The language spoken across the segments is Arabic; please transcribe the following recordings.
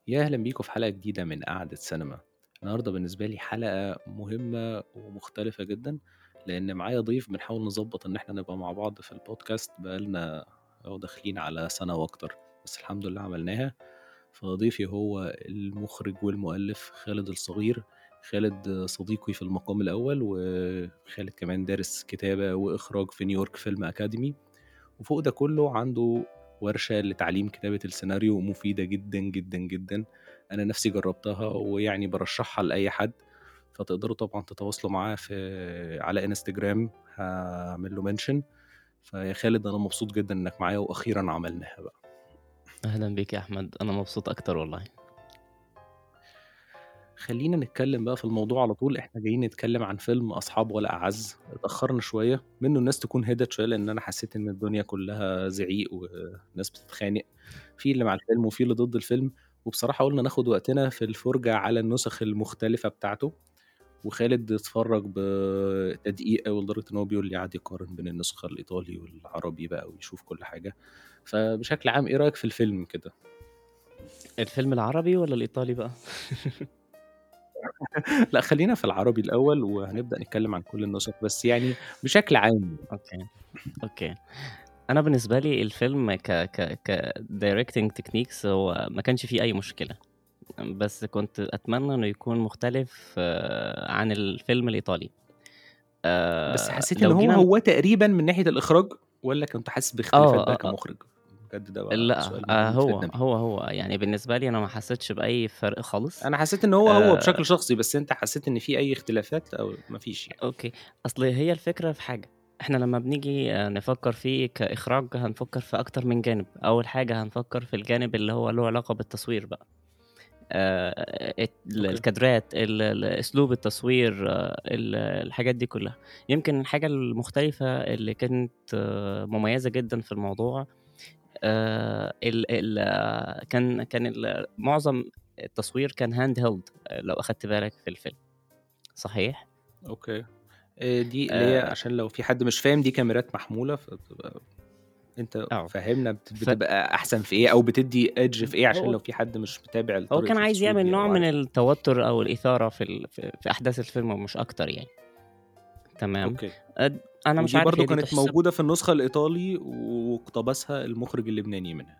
يا أهلا بيكم في حلقة جديدة من قعدة سينما. النهاردة بالنسبة لي حلقة مهمة ومختلفة جدا، لأن معايا ضيف بنحاول نظبط إن احنا نبقى مع بعض في البودكاست بقالنا داخلين على سنة وأكتر، بس الحمد لله عملناها. فضيفي هو المخرج والمؤلف خالد الصغير. خالد صديقي في المقام الأول، وخالد كمان دارس كتابة وإخراج في نيويورك فيلم أكاديمي، وفوق ده كله عنده ورشة لتعليم كتابة السيناريو مفيدة جدا جدا جدا. أنا نفسي جربتها ويعني برشحها لأي حد، فتقدروا طبعا تتواصلوا معاه على انستجرام، هعمل له منشن. فيا خالد أنا مبسوط جدا إنك معايا وأخيرا عملناها بقى. اهلا بيك يا احمد، انا مبسوط اكتر والله. خلينا نتكلم بقى في الموضوع على طول. احنا جايين نتكلم عن فيلم أصحاب ولا أعز. اتأخرنا شوية منه، الناس تكون هدت شوية لأن أنا حسيت إن الدنيا كلها زعيق وناس بتتخانق، في اللي مع الفيلم وفي اللي ضد الفيلم. وبصراحة قلنا ناخد وقتنا في الفرجة على النسخ المختلفة بتاعته. وخالد اتفرج بتدقيق أوي لدرجة إن هو بيقول لي قاعد يقارن بين النسخة الإيطالي والعربي بقى ويشوف كل حاجة. فبشكل عام إيه رأيك في الفيلم كده؟ الفيلم العربي ولا الايطالي بقى؟ لا، خلينا في العربي الأول وهنبدأ نتكلم عن كل النسخ، بس يعني بشكل عام. اوكي. اوكي. انا بالنسبه لي الفيلم ك directing techniques هو ما كانش فيه اي مشكله، بس كنت اتمنى انه يكون مختلف عن الفيلم الايطالي. بس حسيت إن لو هو جينا هو تقريبا من ناحية الإخراج، ولا كنت حاسس باختلافات اه بقى اه اه كمخرج؟ بجد ده بقى لا، سؤال مهم هو تفيدنا بيه. هو هو يعني بالنسبه لي انا ما حسيتش باي فرق خالص. أنا حسيت إن هو آه بشكل شخصي، بس أنت حسيت إن في أي اختلافات أو مفيش يعني؟ اوكي. اصل هي الفكره في حاجه، احنا لما بنيجي نفكر فيه كاخراج هنفكر في اكتر من جانب. اول حاجه هنفكر في الجانب اللي هو له علاقه بالتصوير بقى. أوكي. الكادرات، اسلوب التصوير، الحاجات دي كلها. يمكن الحاجه المختلفه اللي كانت مميزه جدا في الموضوع، ال ال كان معظم التصوير كان هاند هيلد، لو اخدت بالك في الفيلم. صحيح. أوكي. دي اللي هي اه عشان لو في حد مش فاهم، دي كاميرات محمولة فبتبقى، أنت آه. فاهمنا ف بتبقى أحسن في إيه أو بتدي إدج في إيه عشان هو لو في حد مش متابع هو طريقة كان عايز التصوير يعمل دي نوع أو من عارف. التوتر أو الإثارة في أحداث الفيلم مش أكتر يعني. تمام. أوكي. أنا مش ودي عارف برضو هي دي كانت تُحسب. موجودة في النسخة الإيطالي واقتبسها المخرج اللبناني منها.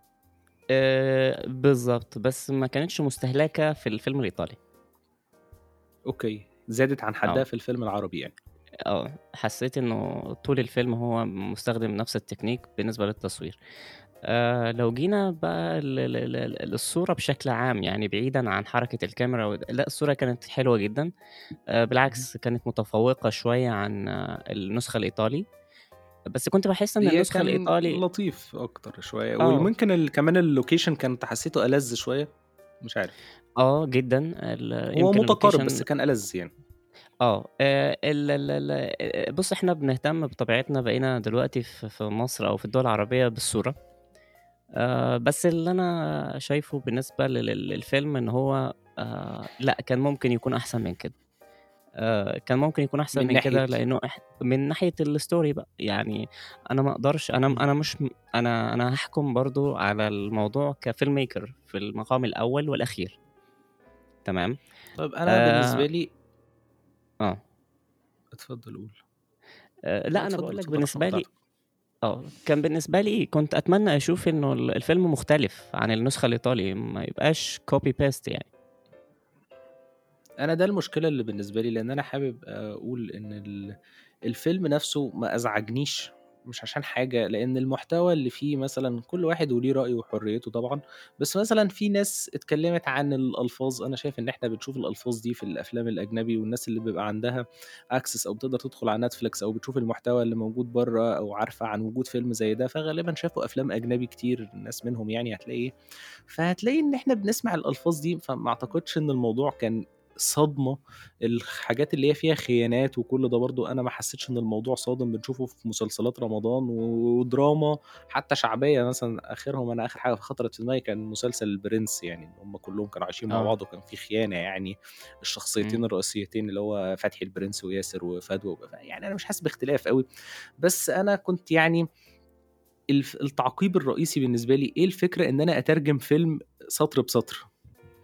بالضبط، بس ما كانتش مستهلكة في الفيلم الإيطالي. أوكي، زادت عن حدها آه، في الفيلم العربي يعني. حسيت إنه طول الفيلم هو مستخدم نفس التكنيك بالنسبة للتصوير. لو جينا بقى للصورة بشكل عام، يعني بعيدًا عن حركة الكاميرا لأ، الصورة كانت حلوة جدًا. اهم. بالعكس كانت متفوقة شوية عن النسخة الإيطالي. بس كنت باحس إن هي النسخة كان الإيطالي لطيف أكتر شوية، آه، وممكن كمان اللوكيشن كنت حسيته ألذ شوية، مش عارف. جدًا. هو يمكن متقارب الlocation. بس كان ألذ يعني. ال ال ال بُص، إحنا بنهتم بطبيعتنا بقينا دلوقتي في مصر أو في الدول العربية بالصورة. بس اللي أنا شايفه بالنسبة للفيلم إن هو لأ، كان ممكن يكون أحسن من كده. كان ممكن يكون أحسن من من كده ناحية. لإنه من ناحية الstory بقى. يعني أنا ما أقدرش، إمم. أنا مش أنا هاحكم برضه على الموضوع كfilm maker في المقام الأول والأخير. تمام. طيب أنا آآ بالنسبة لي. آه. اتفضل قُل. لأ لأ، أنا اتفضل، باقول لك اتفضل عشان بالنسبة لي قاطعتك. كان بالنسبة لي كنت أتمنى أشوف إنه الفيلم مختلف عن النسخة الإيطالي، ما يبقاش copy paste يعني. أنا ده المشكلة اللي بالنسبة لي، لإن أنا حابب أقول إن الفيلم نَفْسه ما أزعجنيش، مش عشان حاجة، لإن المحتوى اللي فيه مثلًا كل واحد وليه رأيه وحريته طبعًا. بس مثلًا في ناس اتكلّمت عن الألفاظ، أنا شايف إن إحنا بنشوف الألفاظ دي في الأفلام الأجنبي، والناس اللي بيبقى عندها access أو بتقدر تدخل على Netflix أو بتشوف المحتوى اللي موجود برّه أو عارفة عن وجود فيلم زي ده، فغالبًا شافوا أفلام أجنبي كتير، ناس منهم يعني فهتلاقي إن إحنا بنسمع الألفاظ دي، فما أعتقدش إن الموضوع كان صدمة. الحاجات اللي هي فيها خيانات وكل ده برضه أنا ما حسيتش إن الموضوع صادم، بنشوفه في مسلسلات رمضان ودراما حتى شعبية مثلًا. أنا آخر حاجة خطرت في دماغي كان مسلسل البرنس، يعني إن هم كلّهم كانوا عايشين مع آه. بعض وكان في خيانة يعني. الشخصيتين إمم. الرئيسيتين اللي هو فتحي البرنس وياسر وفدوى يعني أنا مش حاسس باختلاف أوي. بس أنا كنت يعني التعقيب الرئيسي بالنسبة لي إيه الفكرة إن أنا أترجم فيلم سطر بسطر.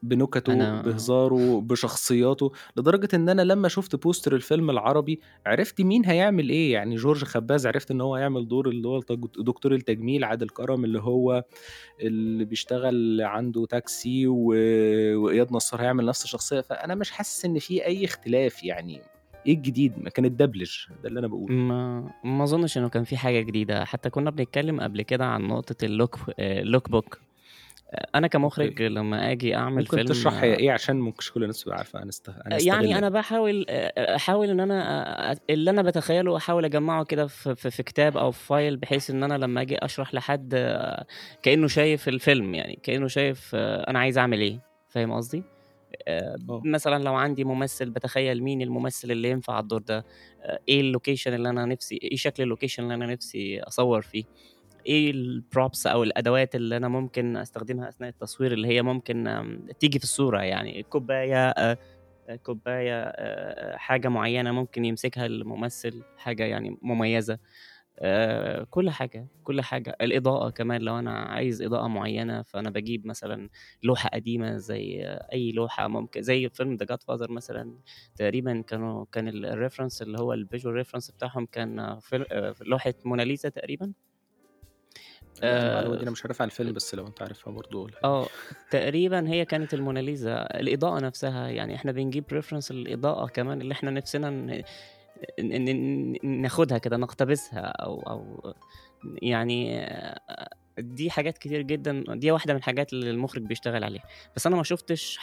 بنكته، أنا بهزاره، بشخصياته، لدرجة إن أنا لمّا شُفت بوستر الفيلم العربي عرفت مين هيعمل إيه، يعني جورج خباز عرفت إن هو هيعمل دور اللي هو دكتور التجميل، عادل كرم اللي هو اللي بيشتغل عنده تاكسي، وإياد نصار هيعمل نفس الشخصية، فأنا مش حاسس إن في أي اختلاف يعني، إيه الجديد؟ ما كان اتدبلج، ده اللي أنا باقوله. ما أظنش إنه كان في حاجة جديدة، حتى كنا بنتكلم قبل كده عن نقطة الlook book. أنا أوكي، كمُخرج لمّا آجي أعمل ممكن فيلم، تشرح هي إيه عشان مش كل الناس تبقى عارفة، يعني أنا هنستغلك. باحاول أحاول إن أنا اللي أنا باتخيّله أحاول أجمّعه كده في كتاب أو في file، بحيث إن أنا لمّا آجي أشرح لحد كإنه شايف الفيلم، يعني كإنه شايف أنا عايز أعمل إيه، فاهم قصدي؟ آه. مثلًا لو عندي ممثل باتخيّل مين الممثل اللي ينفع الدور ده، إيه الlocation اللي أنا نِفْسي، إيه شكل الlocation اللي أنا نِفْسي أصوّر فيه، إيه الprops أو الأدوات اللي أنا ممكن أستخدمها أثناء التصوير اللي هي ممكن تيجي في الصورة، يعني كوباية، حاجة معيّنة ممكن يمسكها الممثل، حاجة يعني مميزة. كل حاجة، كل حاجة. الإضاءة كمان لو أنا عايز إضاءة معيّنة، فأنا باجيب مثلًا لوحة قديمة زي أي لوحة، ممكن زي فيلم The Godfather مثلًا. تقريبًا كان الreference اللي هو الvisual reference بتاعهم كان في لوحة موناليزا تقريبًا. لأ، المعلومة آآ دي أنا مش عارفها عن الفيلم، بس لو أنت عارفها برضه قولها لي. آه، تقريبًا هي كانت الموناليزا. الإضاءة نفسها، يعني إحنا بنجيب reference للإضاءة كمان اللي إحنا نفسنا ناخدها كده، نقتبسها أو يعني دي حاجات كتير جدًا، دي واحدة من الحاجات اللي المُخرِج بيشتغل عليها. بس أنا ما شُفتش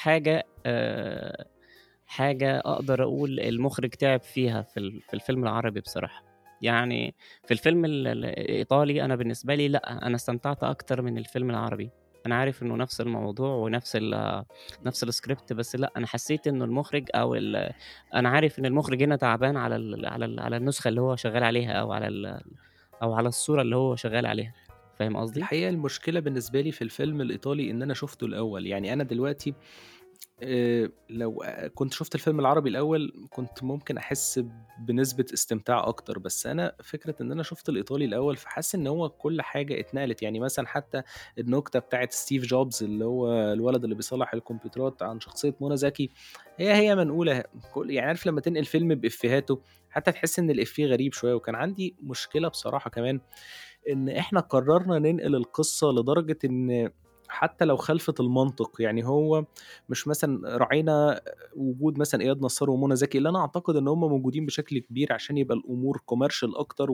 حاجة أقدر أقول المُخرِج تعب فيها في الفيلم العربي بصراحة. يعني في الفيلم الإيطالي أنا بالنسبة لي لأ، أنا استمتعت أكتر من الفيلم العربي. أنا عارف إنه نفس الموضوع ونفس نفس الscript، بس لأ، أنا حسّيت إنه المُخرِج أنا عارف إن المُخرِج هنا تعبان على النسخة اللي هو شغّال عليها، أو على الصورة اللي هو شغّال عليها، فاهم قصدي؟ الحقيقة المشكلة بالنسبة لي في الفيلم الإيطالي إن أنا شُفته الأول، يعني أنا دلوقتي لو كنت شُفت الفيلم العربي الأول، كنت ممكن أحس بنسبة استمتاع أكتر، بس أنا فكرة إن أنا شُفت الإيطالي الأول، فحاسس إن هو كل حاجة اتنقلت، يعني مثلًا حتى النكتة بتاعة ستيف جوبز اللي هو الولد اللي بيصلّح الكمبيوترات عن شخصية منى زكي، هي منقولة يعني عارف لمّا تنقل فيلم بإفيهاته، حتى تحس إن الإفيه غريب شوية، وكان عندي مشكلة بصراحة كمان إن إحنا قررنا ننقل القصة لدرجة إن حتى لو خالفت المنطق، يعني هو مش مثلًا راعينا وجود مثلًا إياد نصار ومنى زكي، اللي أنا أعتقد إن هم موجودين بشكل كبير عشان يبقى الأمور commercial أكتر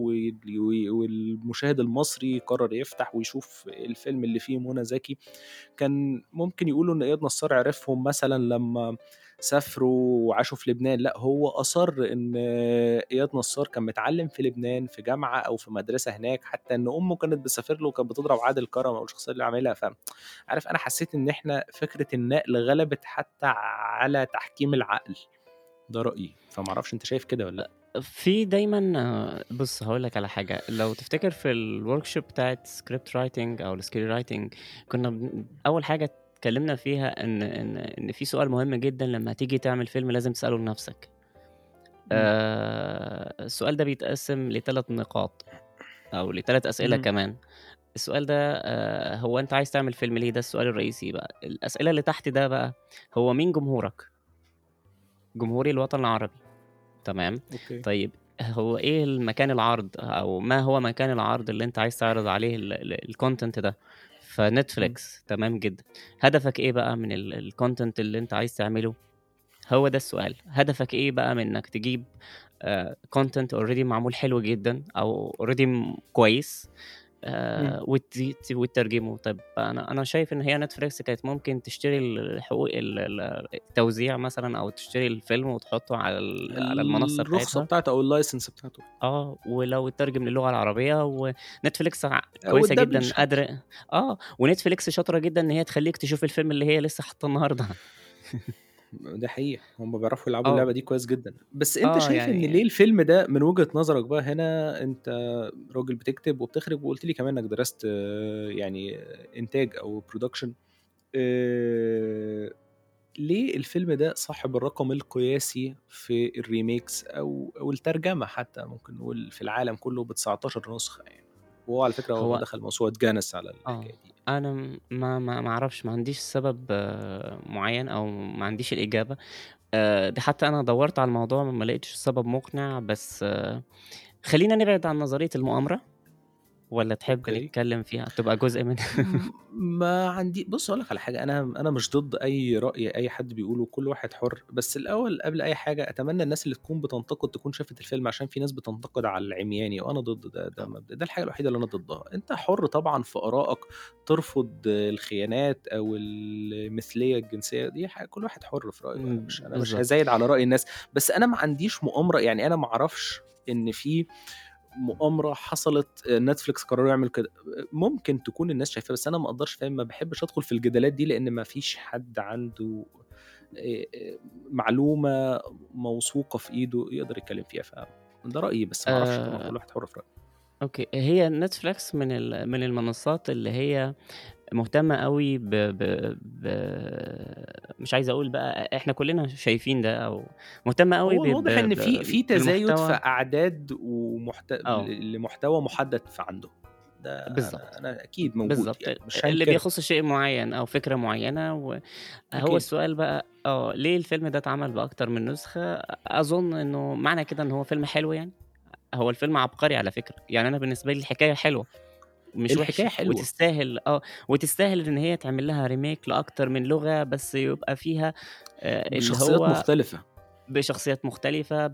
والمشاهد المصري يقرر يفتح ويشوف الفيلم اللي فيه منى زكي. كان ممكن يقولوا إن إياد نصار عرفهم مثلًا لمّا سافروا وعاشوا في لبنان، لأ هو أصَرّ إن إياد نصار كان متعلّم في لبنان في جامعة أو في مدرسة هناك، حتى إن أمه كانت بتسافر له وكانت بتضرب عادل كرم أو الشخصية اللي عاملها، عارف أنا حسّيت إن إحنا فكرة النقل غلبت حتى على تحكيم العقل، ده رأيي، فما أعرفش أنت شايف كده والّا لأ؟ في دايمًا بُص هاقول لك على حاجة، لو تفتكر في الworkshop بتاعة script writing أو الscreen writing، كنا أول حاجة اتكلمنا فيها إن في سؤال مهم جدًا لمّا تيجي تعمل فيلم لازم تسأله لنفسك. إمم، السؤال ده بيتقسم ل3 نقاط أو ل3 أسئلة اهم، كمان. السؤال ده هو أنت عايز تعمل فيلم ليه؟ ده السؤال الرئيسي بقى. الأسئلة اللي تحت ده بقى، هو مين جمهورك؟ جمهوري الوطن العربي. تمام. أوكي، طيب هو إيه المكان العرض، أو ما هو مكان العرض اللي أنت عايز تعرض عليه الcontent ده؟ إمم، فNetflix تمام جدًا. هدفك إيه بقى من الcontent اللي أنت عايز تعمله؟ هو ده السؤال. هدفك إيه بقى من إنك تجيب content already معمول حلو جدًا أو already كويس، إمم. وتترجمه. طب أنا شايف إن هي Netflix كانت ممكن تشتري الحقوق التوزيع مثلًا، أو تشتري الفيلم وتحطه على المنصة الرخصة بتاعتها. بتاعته أو الlicense بتاعته ولو اتّرجم للغة العربية، ونتفليكس أو كويسة الدبلج جدًا حتى. قادرة. ونتفليكس شاطرة جدًا إن هي تخلّيك تشوف الفيلم اللي هي لسه حاطاه النهارده. دي حقيقة، هم بيعرفوا يلعبوا اللعبة آه، دي كويس جدًا، بس أنت شايف إن ليه يعني الفيلم ده من وجهة نظرك بقى هنا أنت راجل بتكتب وبتخرج وقُلت لي كمان إنك درست يعني إنتاج أو production آآ، ليه الفيلم ده صاحب الرقم القياسي في الremakes أو الترجمة حتى ممكن نقول في العالم كله ب19 نسخة يعني؟ وهو على فكرة هو هو دخل موسوعة جانس على آه، الحكاية دي. أنا ما أعرفش، ما عنديش سبب معيّن أو ما عنديش الإجابة. ده حتى أنا دوّرت على الموضوع ما لقيتش سبب مقنع، بس خلّينا نبعد عن نظرية المؤامرة والّا تحب أوكي. نتكلّم فيها تبقى جزء من ما عندي بُص هاقول لك على حاجة، أنا مش ضد أي رأي أي حد بيقوله، كل واحد حُر، بس الأول قبل أي حاجة أتمنى الناس اللي تكون بتنتقد تكون شافت الفيلم، عشان في ناس بتنتقد على العمياني وأنا ضد ده آه، مبدأ، ده الحاجة الوحيدة اللي أنا ضدها. أنت حُر طبعًا في آرائك، ترفض الخيانات أو المثلية الجنسية، دي كل واحد حُر في رأيه، أنا مش بالضبط. هازايد على رأي الناس، بس أنا ما عنديش مؤامرة، يعني أنا ما أعرفش إن في مؤامرة حصلت نتفليكس قرروا يعملوا كده، ممكن تكون الناس شايفاه بس أنا ما أقدرش فاهم، ما باحبش أدخل في الجدالات دي، لإن ما فيش حد عنده معلومة موثوقة في إيده يقدر يتكلم فيها، فده رأيي بس ما أعرفش طبعًا آآ كل واحد حُر في رأيه. أوكي، هي Netflix من المنصات اللي هي مهتمة أوي ب مش عايز أقول بقى إحنا كلّنا شايفين ده أو مهتمة أوي هو الواضح إن في تزايد في بالمحتوى. أعداد آه، لمحتوى محدد عنده، ده بالضبط، أنا أكيد موجود بالضبط. يعني مش اللي هانكرها، بيخُص شيء معيّن أو فكرة معيّنة هو أكيد. السؤال بقى ليه الفيلم ده اتعمل بأكتر من نسخة؟ أظن إنه معنى كده إن هو فيلم حلو يعني؟ هو الفيلم عبقري على فكرة، يعني أنا بالنسبة لي الحكاية حلوة مش الحكاية وحشة حلوة وتستاهل إن هي يتعمل لها remake لأكتر من لغة، بس يبقى فيها اللي بشخصيات هو مختلفة، بشخصيات مختلفة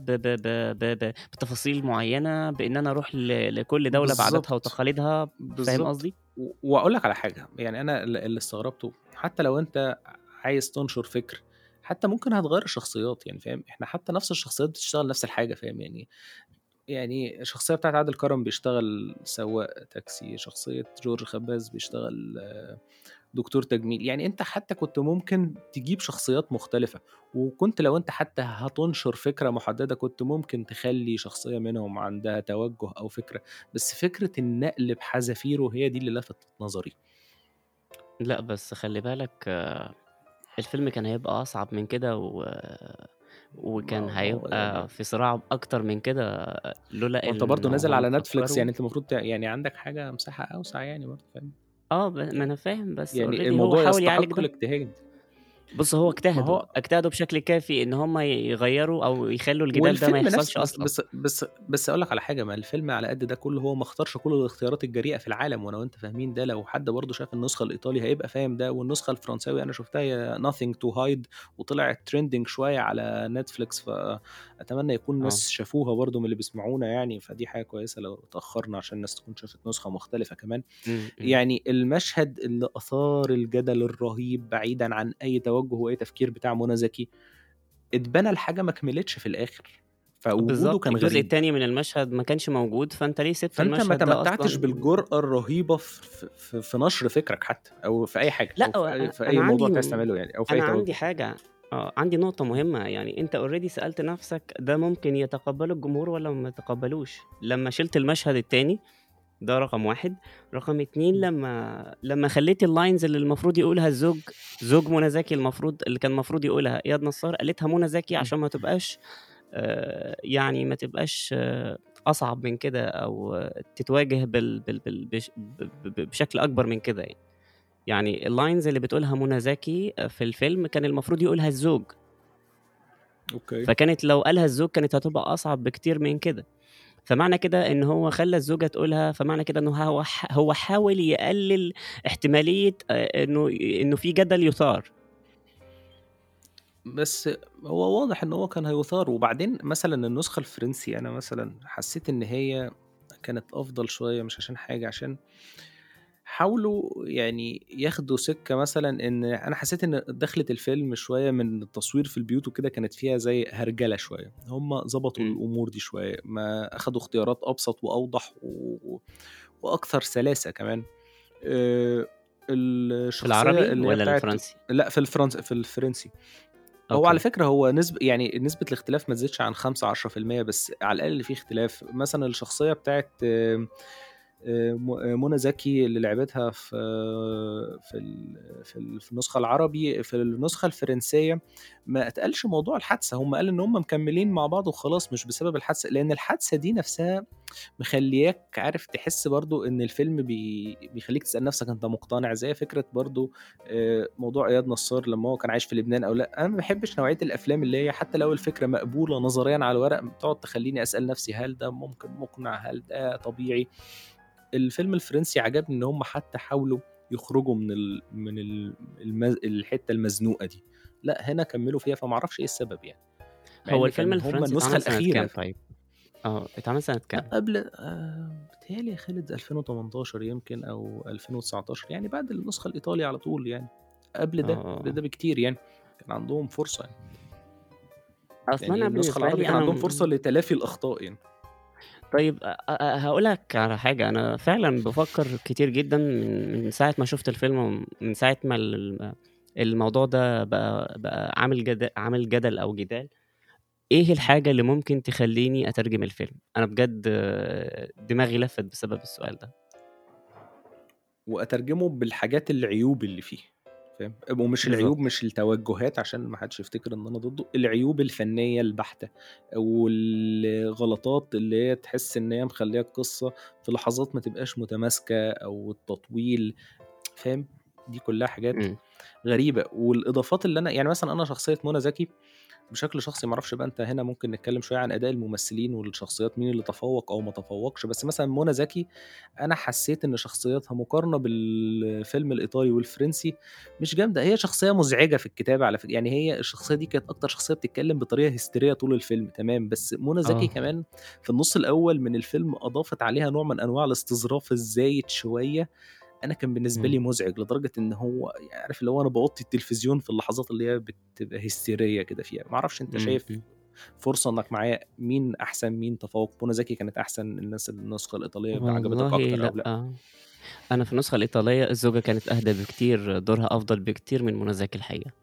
بتفاصيل معيّنة، بإن أنا أروح لكل دولة بعاداتها بالضبط. وتقاليدها، فاهم بالضبط. قصدي؟ وأقول لك على حاجة، يعني أنا اللي استغربته حتى لو أنت عايز تنشر فكر، حتى ممكن هتغيّر الشخصيات يعني فاهم، إحنا حتى نفس الشخصيات بتشتغل نفس الحاجة فاهم، يعني الشخصية بتاعة عادل كرم بيشتغل سواق تاكسي، شخصية جورج خباز بيشتغل دكتور تجميل، يعني أنت حتى كنت ممكن تجيب شخصيات مختلفة، وكنت لو أنت حتى هتنشر فكرة محددة كنت ممكن تخلّي شخصية منهم عندها توجُّه أو فكرة، بس فكرة النقل بحذافيره هي دي اللي لفتت نظري. لأ، بس خلّي بالك الفيلم كان هيبقى أصعب من كده وكان ما هو هيبقى يعني في صراع أكتر من كده لولا ما أنت برضه نازل إنهم على Netflix فكّروا. يعني أنت المفروض يعني عندك حاجة مساحة أوسع يعني برضه فاهم، ما أنا يعني فاهم، بس يعني already هو الموضوع حاول يعالج يستحق ده. الاجتهاد. بُص، هو ما هو اجتهدوا بشكل كافي إن هم يغيّروا أو يخلّوا الجدال ده ما والفيلم نفسه يحصلش أصلًا. بس أقول لك على حاجة، ما الفيلم على قد ده كُلّه هو ما اختارش كل الاختيارات الجريئة في العالم، وأنا وأنت فاهمين ده، لو حد برضه شاف النسخة الإيطالي هيبقى فاهم ده، والنسخة الفرنساوي أنا شُفتها هي nothing to hide وطلعت trending شوية على Netflix، فأتمنى يكون آه، ناس شافوها برضه من اللي بيسمعونا يعني، فدي حاجة كويسة لو اتأخرنا عشان الناس تكون شافت نسخة مختلفة كمان. إمم. يعني المشهد اللي أثار الجدل الرهيب بعيدًا عن أي توجُّه وأي تفكير بتاع منى زكي اتبنى لحاجة ما كملتش في الآخر، فوجوده بالضبط، كان الجزء غريب، التاني من المشهد ما كانش موجود، فأنت ليه سِبت فأنت ما المشهد ده تمتعتش أصلًا؟ بالجرأة الرهيبة في نشر فكرك حتى، أو في أي حاجة، لأ، أو في أي أنا موضوع عندي أنت عايز تعمله يعني، أو في أي أنا عندي توجه. حاجة عندي نقطة إمم، مهمة، يعني أنت already سألت نَفْسك ده ممكن يتقبّله الجمهور والّا ما يتقبّلوش، لمّا شِلت المشهد التاني ده رقم 1، رقم 2 إمم، لمّا خلّيت الlines اللي المفروض يقولها زوج منى زكي اللي كان المفروض يقولها إياد نصار، قالتها منى زكي إمم. عشان ما تبقاش يعني ما تبقاش أصعب من كده أو تتواجه بال بال بال بش ب ب ب بشكل أكبر من كده يعني. يعني الlines اللي بتقولها منى زكي في الفيلم كان المفروض يقولها الزوج، أوكي. فكانت لو قالها الزوج كانت هتبقى أصعب بكتير من كده. فمعنى كده إن هو خلّى الزوجة تقولها، فمعنى كده إنه هو حاول يقلل احتمالية إنه في جدل يُثار. بس هو واضح إن هو كان هيُثار، وبعدين مثلًا النسخة الفرنسي أنا مثلًا حسيت إن هي كانت أفضل شوية، مش عشان حاجة، عشان حاولوا يعني ياخدوا سكة مثلًا، إن أنا حسيت إن دخلة الفيلم شوية من التصوير في البيوت وكده كانت فيها زي هرجلة شوية، هم ضبطوا إمم. الأمور دي شوية، ما أخدوا اختيارات أبسط وأوضح وأكثر سلاسة كمان. آآ في الشخصية العربي اللي هي والّا بتاعة الفرنسي؟ لأ في الفرنسي. هو على أوكي. فكرة هو يعني نسبة الاختلاف ما تزيدش عن 5، 10%، بس على الأقل في اختلاف، مثلًا الشخصية بتاعة منى زكي اللي لعبتها في النسخة العربي. في النسخة الفرنسية ما اتقالش موضوع الحادثة، هم قال إن هم مكملين مع بعض وخلاص مش بسبب الحادثة، لأن الحادثة دي نفسها مخلياك عارف تحس برضو ان الفيلم بيخليك تسأل نفسك انت مقتنع، زي فكرة برضو موضوع اياد نصار لما هو كان عايش في لبنان او لا. انا ما بحبش نوعية الافلام اللي هي حتى لو الفكرة مقبولة نظريا على الورق تقعد تخليني اسأل نفسي هل ده ممكن مقنع، هل ده طبيعي. الفيلم الفرنسي عجبني ان هم حتى حاولوا يخرجوا الحتة المزنوقة دي، لا هنا كملوا فيها، فما اعرفش ايه السبب يعني، مع هو ان الفيلم كان هم الفرنسي النسخة اتعمل سنة كام الأخيرة. طيب؟ اتعمل سنة لأ كام؟ قبل بيتهيألي يا خالد 2018 يمكن أو 2019، يعني بعد النسخة الإيطالي على طول يعني، قبل اه ده قبل اه ده بكتير يعني، كان عندهم فرصة يعني. اصلا يعني انا النسخة بالنسبة العربي لي كان انا عندهم فرصة لتلافي الأخطاء يعني. طيب هقول لك على حاجة. انا فعلا بفكر كتير جدا من ساعة ما شفت الفيلم، ومن ساعة ما الموضوع ده بقى عامل جدل او جدال. ايه إمم. الحاجة اللي ممكن تخليني اترجم الفيلم؟ انا بجد دماغي لفت بسبب السؤال ده. وأترجمه بالحاجات العيوب اللي فيه، فاهم؟ ومش العيوب بالظبط. مش التوجهات عشان ما حدش يفتكر إن أنا ضده، العيوب الفنية البحتة والغلطات اللي هي تحس إن هي مخلية القصة في لحظات ما تبقاش متماسكة أو التطويل، فاهم؟ دي كلها حاجات امم غريبة. والإضافات اللي أنا يعني مثلا أنا شخصية منى زكي بشكل شخصي معرفش بقى أنت هنا ممكن نتكلم شوية عن أداء الممثلين والشخصيات مين اللي تفوق أو ما تفوقش، بس مثلا منى زكي أنا حسيت إن شخصيتها مقارنة بالفيلم الإيطالي والفرنسي مش جامدة، هي شخصية مزعجة في الكتابة على فكرة، يعني هي الشخصية دي كانت أكتر شخصية بتتكلم بطريقة هستيرية طول الفيلم تمام، بس منى زكي اه كمان في النص الأول من الفيلم أضافت عليها نوع من أنواع الاستظراف الزايد شوية. أنا كان بالنسبة امم لي مزعج لدرجة إن هو عارف اللي هو أنا باوطّي التلفزيون في اللحظات اللي هي بتبقى هستيرية كده فيها، ما أعرفش أنت شايف امم فرصة إنك معايا مين أحسن مين تفوّق، منى زكي كانت أحسن الناس النسخة الإيطالية عجبتك والله أكتر أو لأ؟ لأ. أنا في النسخة الإيطالية الزوجة كانت أهدى بكتير، دورها أفضل بكتير من منى زكي الحقيقة.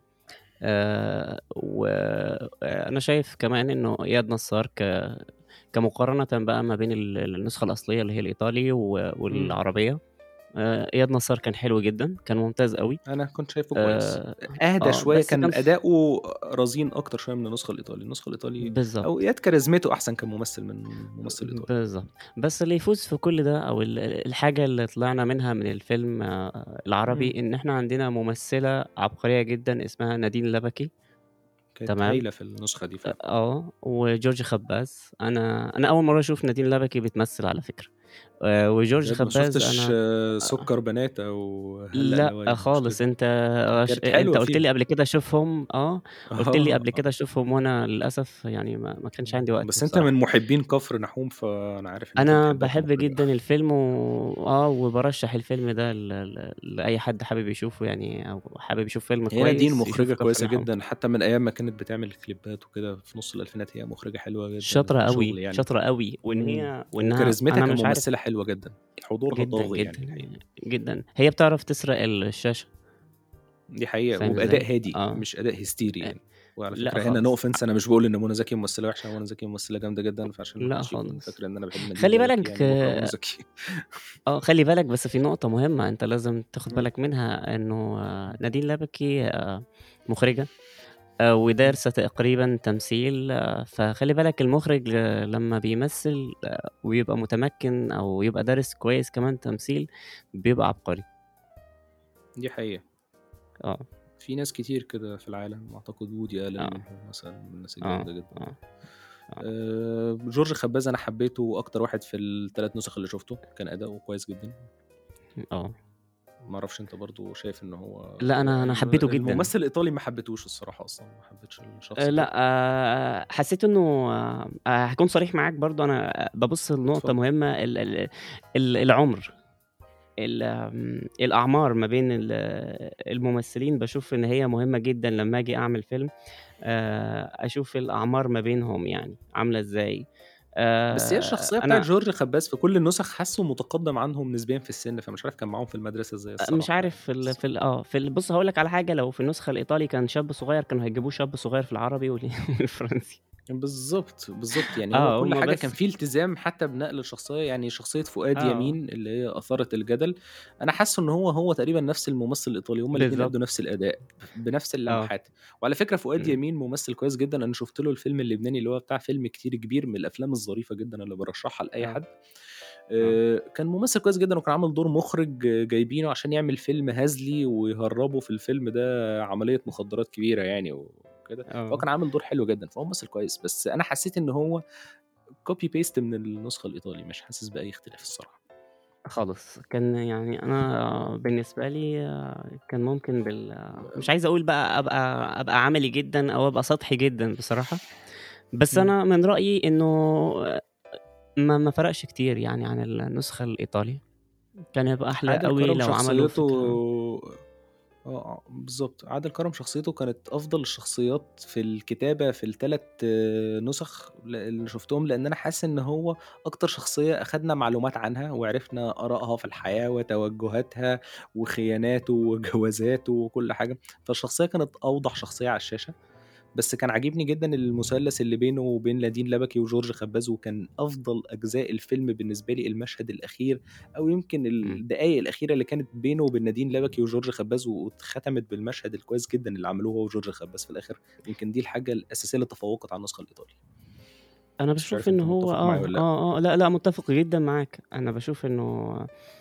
وأنا شايف كمان إنه إياد نصار كمقارنةً بقى ما بين النسخة الأصلية اللي هي الإيطالي إمم. والعربية. إياد نصار كان حلو جدًا، كان ممتاز أوي. أنا كنت شايفه كويس، آآ أهدى شوية، بس كان كان أداؤه رزين أكتر شوية من النسخة الإيطالي، النسخة الإيطالي أو بالضبط. إياد كاريزمته أحسن كممثل من الممثل الإيطالي. بالضبط. بس اللي يفوز في كل ده أو الحاجة اللي طلعنا منها من الفيلم إمم. العربي، إن إحنا عندنا ممثلة عبقرية جدًا اسمها نادين لبكي. كانت تمام. هايلة في النسخة دي فعلًا. وجورج خباز. أنا أول مرّة أشوف نادين لبكي بتمثّل على فكرة. وجورج بجد ما خباز شُفتش أنا سُكّر بنات أو هلّأ لأ نوايا مش خالص. كده؟ أنت كانت أنت حلوة قُلت لي فيهم. قبل كده شوفهم قُلت لي قبل آه. كده شوفهم، وأنا للأسف يعني ما كانش عندي وقت بس أنت من بصراحة. مُحبّين كفر نحوم، فأنا عارف إن أنت أنا بتحبها باحب كمُخرجة. جدًا الفيلم وبارشّح الفيلم ده لأي حد حابب يشوفه يعني، أو حابب يشوف فيلم هي نادين كويس يشوف مُخرجة كفر كويسة نحوم. جدًا، حتى من أيام ما كانت بتعمل كليبات وكده في نُص الألفينات، هي مُخرجة حلوة جدًا شاطرة وشغل أوي، يعني. شاطرة أوي. إمم. وإنها وكاريزمتها أنا مش عارف. كممثلة حلوة جدًا، حضورها جدًا، طاغي يعني جدًا، الحقيقة. جدًا. هي بتعرف تسرق الشاشة. دي حقيقة فاهم وبأداء إزاي؟ هادي، مش أداء هستيري أ يعني. وعلى لأ فكرة هنا no خالص. offense، أنا مش باقول إن منى زكي ممثلة وحشة، منى زكي ممثلة جامدة جدًا، فعشان ما لأ حدش يكون خالص. فاكر إن أنا باحب نادين خلّي لبكي بالك يعني باكره منى زكي. خلّي بالك بس في نقطة مهمة أنت لازم تاخد إمم. بالك منها، إنه إمم. نادين لبكي مُخرجة إمم. ودارسة تقريبًا تمثيل. فخلّي بالك المُخرج لمّا بيمثّل ويبقى متمكن أو يبقى دارس كويس كمان تمثيل، بيبقى عبقري. دي حقيقة. آه، في ناس كتير كده في العالم، أعتقد وودي ألن آه، منهم مثلًا من الناس آه، الجامدة جدًا. آه، آه، جورج خباز أنا حبيته أكتر واحد في ال3 نسخ اللي شُفته، كان أداؤه كويس جدًا. آه. ما أعرفش أنت برضه شايف إن هو لأ أنا حبيته جدًا. الممثل الإيطالي ما حبيتهوش الصراحة أصلًا، ما حبيتش الشخص ده. لأ حسّيت إنه هاكون صريح معاك برضه. أنا بابُص لنقطة اتفضل. مهمة العُمر. الأعمار ما بين الممثلين باشوف إن هي مهمة جدًا لمّا آجي أعمل فيلم. أشوف الأعمار ما بينهم يعني عاملة إزاي. بس هي الشخصية بتاعة أنا جورج خباز في كل النسخ حاسّه متقدّم عنهم نسبيًا في السِن، فمش عارف كان معاهم في المدرسة إزاي مش الصراحة عارف يعني، بس بُص هاقول لك على حاجة. لو في النسخة الإيطالي كان شاب صغير، كانوا هيجيبوه شاب صغير في العربي والفرنسي. بالضبط، بالضبط، يعني هو كل هُم حاجة كان بس في التزام حتى بنقل الشخصية، يعني شخصية فؤاد آه، يمين اللي هي أثارت الجدل، أنا حاسه إن هو تقريبًا نفس الممثل الإيطالي، هُم الاتنين أدّوا بالضبط، نفس الأداء بنفس آه، اللمحات، وعلى فكرة فؤاد إمم، يمين ممثل كويس جدًا، أنا شُفت له الفيلم اللبناني اللي هو بتاع فيلم كتير كبير، من الأفلام الظريفة جدًا اللي بارشحها لأي آه، حد، آه، كان ممثل كويس جدًا وكان عامل دور مُخرج جايبينه عشان يعمل فيلم هزلي ويهرّبوا في الفيلم ده عملية مخدرات كبيرة يعني وكده، فهو آه، كان عامل دور حلو جدًا، فهو ممثل كويس، بس أنا حسيت إن هو copy paste من النسخة الإيطالي، مش حاسس بأي اختلاف الصراحة. خالص. كان يعني أنا بالنسبة لي كان ممكن مش عايز أقول بقى أبقى عملي جدًا أو أبقى سطحي جدًا بصراحة، بس إمم. أنا من رأيي إنه ما فرقش كتير يعني عن النسخة الإيطالي، كان هيبقى أحلى عادل أوي كرم لو عملوا شخصيته فكرة. بالضبط. عادل كرم شخصيته كانت أفضل الشخصيات في الكتابة في ال3 نُسخ اللي شُفتهم، لإن أنا حاسس إن هو أكتر شخصية أخدنا معلومات عنها وعرفنا آرائها في الحياة وتوجُّهاتها وخياناته وجوازاته وكل حاجة، فالشخصية كانت أوضح شخصية على الشاشة. بس كان عاجبني جدًا المثلث اللي بينه وبين نادين لبكي وجورج خباز، وكان أفضل أجزاء الفيلم بالنسبة لي المشهد الأخير أو يمكن إمم. الدقايق الأخيرة اللي كانت بينه وبين نادين لبكي وجورج خباز، واتختمت بالمشهد الكويس جدًا اللي عملوه هو وجورج خباز في الآخر، يمكن دي الحاجة الأساسية اللي تفوّقت على النسخة الإيطالي، أنا بس مش باشوف عارف إن أنت هو متّفق معايا والّا لأ؟ لأ، لأ، متّفق جدًا معاك. أنا باشوف إنه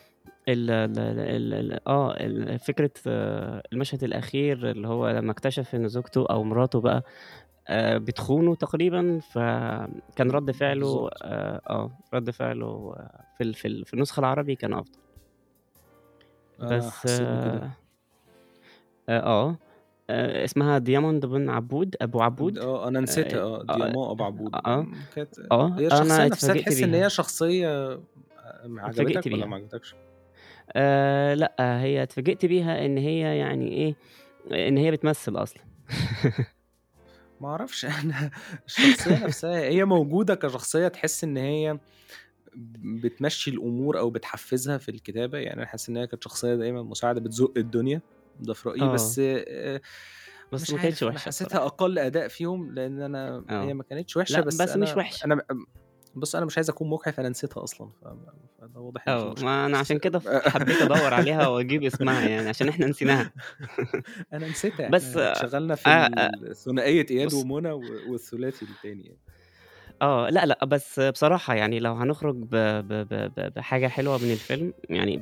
فكرة المشهد الأخير اللي هو لمّا اكتشف إن زوجته أو مراته بقى بتخونه تقريبًا، فكان رَد فعله بالضبط. رَد فعله في النسخة العربي كان أفضل. أنا بس حسّيت بكده. آه، اسمها دياموند بن عبود أبو عبود. أنا نسيتها آه، دياما أبو عبود، كانت هي أنا الشخصية نفسها اتفاجئت تحس إن هي بيها، شخصية اتفاجئت عجبتك والّا بيها. ما عجبتكش؟ لأ، هي اتفاجئت بيها إن هي يعني إيه، إن هي بتمثّل أصلًا. ما أعرفش أنا الشخصية نفسها هي موجودة كشخصية تحس إن هي بتمشّي الأمور أو بتحفّزها في الكتابة، يعني أنا حاسس إن هي كانت شخصية دايمًا مساعدة بتزُق الدنيا، ده في رأيي، آه، بس بس مش ما كانتش عارف أنا وحشة حسيتها بصراحة. أقل أداء فيهم، لإن هي آه، ما كانتش وحشة، لأ بس بس مش وحشة. أنا بُص أنا مش عايز أكون مُجحف، أنا نسيتها أصلًا، فده واضح إن في مشكلة، ما أنا بس عشان كده حبيت أدوّر عليها وأجيب اسمها يعني عشان إحنا نسيناها. أنا نسيتها، بس إحنا اتشغلنا في آآ ثنائية إياد بُص ومنى والثلاثي التاني يعني. لأ، لأ، بس بصراحة يعني لو هنخرج ب ب ب ب بحاجة حلوة من الفيلم، يعني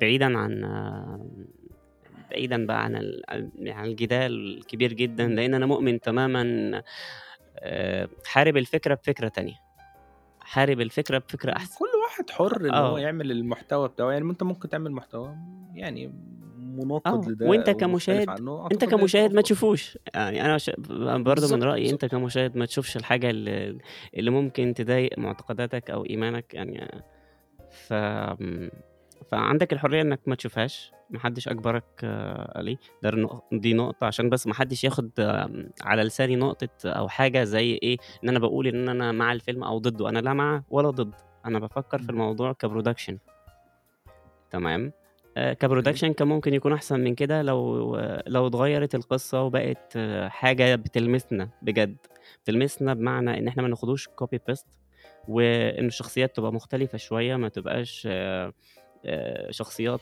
بعيدًا بقى عن الجدال الكبير جدًا، إمم. لإن أنا مؤمن تمامًا حارب الفكرة بفكرة تانية، حارب الفكرة بفكرة أحسن. كل واحد حُر إن هو آه، يعمل المحتوى بتاعه، يعني ما أنت ممكن تعمل محتوى يعني مناقض لده وأنت أو مختلف كمشاهد عنه، أنت أعتقد ده يبقى كمشاهد ما أفضل. تشوفوش، يعني أنا برضه من بالضبط، رأيي أنت بالضبط. كمشاهد ما تشوفش الحاجة اللي ممكن تضايق معتقداتك أو إيمانك يعني. ف آمم، فعندك الحرية إنك ما تشوفهاش، ما حدش أجبرك عليه. دي نقطة عشان بس ما حدش ياخد على لساني نقطة أو حاجة زي إيه، إن أنا باقول إن أنا مع الفيلم أو ضده، أنا لا مع ولا ضد، أنا بافكّر في إمم. الموضوع كproduction. تمام. أوكي. كproduction كان ممكن يكون أحسن من كده لو اتغيّرت القصة وبقت حاجة بتلمسنا بجد، بتلمسنا بمعنى إن إحنا ما ناخدوش copy paste وإن الشخصيات تبقى مختلفة شوية، ما تبقاش شخصيات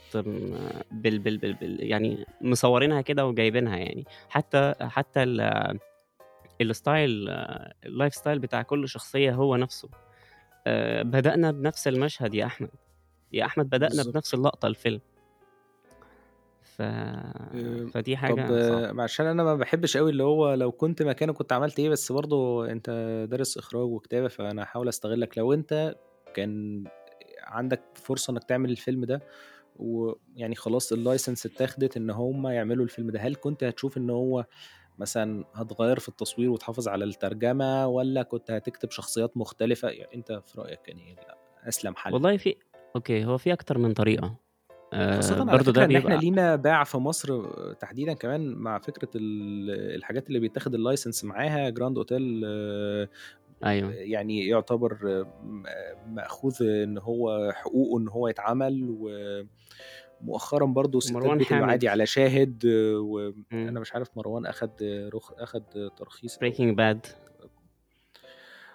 يعني مصورينها كده وجايبينها يعني، حتى الstyle الlifestyle بتاع كل شخصية هو نفسه. بدأنا بنفس المشهد يا أحمد، يا أحمد بدأنا بنفس بالضبط. اللقطة الفيلم. ف آآ فدي طب حاجة صعبة. عشان أنا ما باحبش أوي اللي هو لو كنت مكانه كنت عملت إيه، بس برضه أنت دارس إخراج وكتابة، فأنا هاحاول أستغلك، لو أنت كان عندك فرصة إنك تعمل الفيلم ده ويعني خلاص الlicense اتاخدت إن هم يعملوا الفيلم ده، هل كنت هتشوف إن هو مثلًا هتغيّر في التصوير وتحافظ على الترجمة والّا كنت هتكتب شخصيات مختلفة؟ يعني أنت في رأيك كان إيه أسلم حل؟ والله أوكي، هو في أكتر من طريقة. خاصةً على برضه ده فكرة إن إحنا بيبقى لينا باع في مصر تحديدًا كمان مع فكرة الحاجات اللي بيتاخد الlicense معاها Grand Hotel أيوه، يعني يعتبر مأخوذ إن هو حقوقه إن هو يتعمل، ومؤخرًا برضه ستات ومروان بيت حامد. المعادي على شاهد، وأنا إمم، مش عارف مروان أخد ترخيص أو Breaking Bad.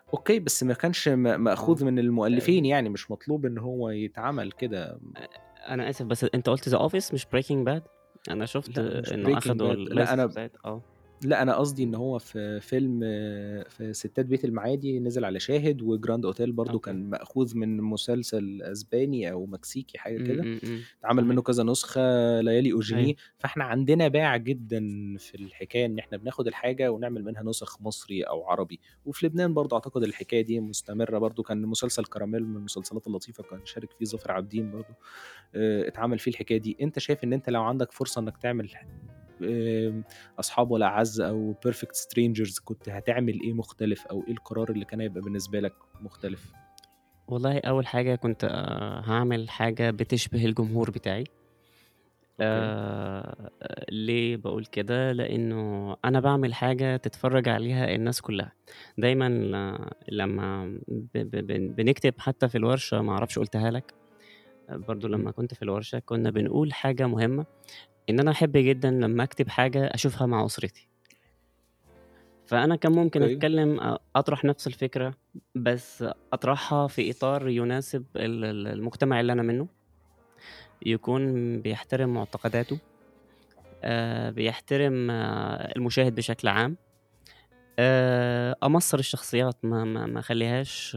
أوكي، بس ما كانش آه، مأخوذ من آآ المؤلفين يعني، مش مطلوب إن هو يتعمل كده. أنا آسف بس أنت قُلت The Office مش Breaking Bad؟ أنا شُفت لأ مش إنه Breaking أخدوا Bad، لأ الlicense أنا بتاعة لأ، أنا قصدي إن هو في فيلم في ستات بيت المعادي نزل على شاهد، وجراند أوتيل برضه أوكي. كان مأخوذ من مسلسل أسباني أو مكسيكي حاجة كده، اتعمل منه صحيح. كذا نسخة، ليالي أيوه. أوجيني، فإحنا عندنا باع جدًا في الحكاية إن إحنا بناخد الحاجة ونعمل منها نسخ مصري أو عربي، وفي لبنان برضه أعتقد الحكاية دي مستمرة برضه، كان مسلسل كراميل من المسلسلات اللطيفة كان شارك فيه ظافر عابدين برضه، اتعمل فيه الحكاية دي. أنت شايف إن أنت لو عندك فرصة إنك تعمل أصحاب ولا أعز أو perfect strangers كنت هتعمل إيه مختلف، أو إيه القرار اللي كان هيبقى بالنسبة لك مختلف؟ والله أول حاجة كنت هاعمل حاجة بتشبه الجمهور بتاعي. أوكي. ليه باقول كده؟ لإنه أنا باعمل حاجة تتفرّج عليها الناس كلّها. دايمًا لمّا بنكتب حتى في الورشة ما أعرفش قُلتها لك، برضه إمم. لمّا كنت في الورشة كنا بنقول حاجة مهمة، إن أنا أحب جدًا لمّا أكتب حاجة أشوفها مع أسرتي. فأنا كان ممكن أوكي. أتكلّم أطرح نفس الفكرة، بس أطرحها في إطار يناسب المجتمع اللي أنا منّه، يكون بيحترم معتقداته، بيحترم المشاهد بشكل عام، أمصّر الشخصيات ما أخلّيهاش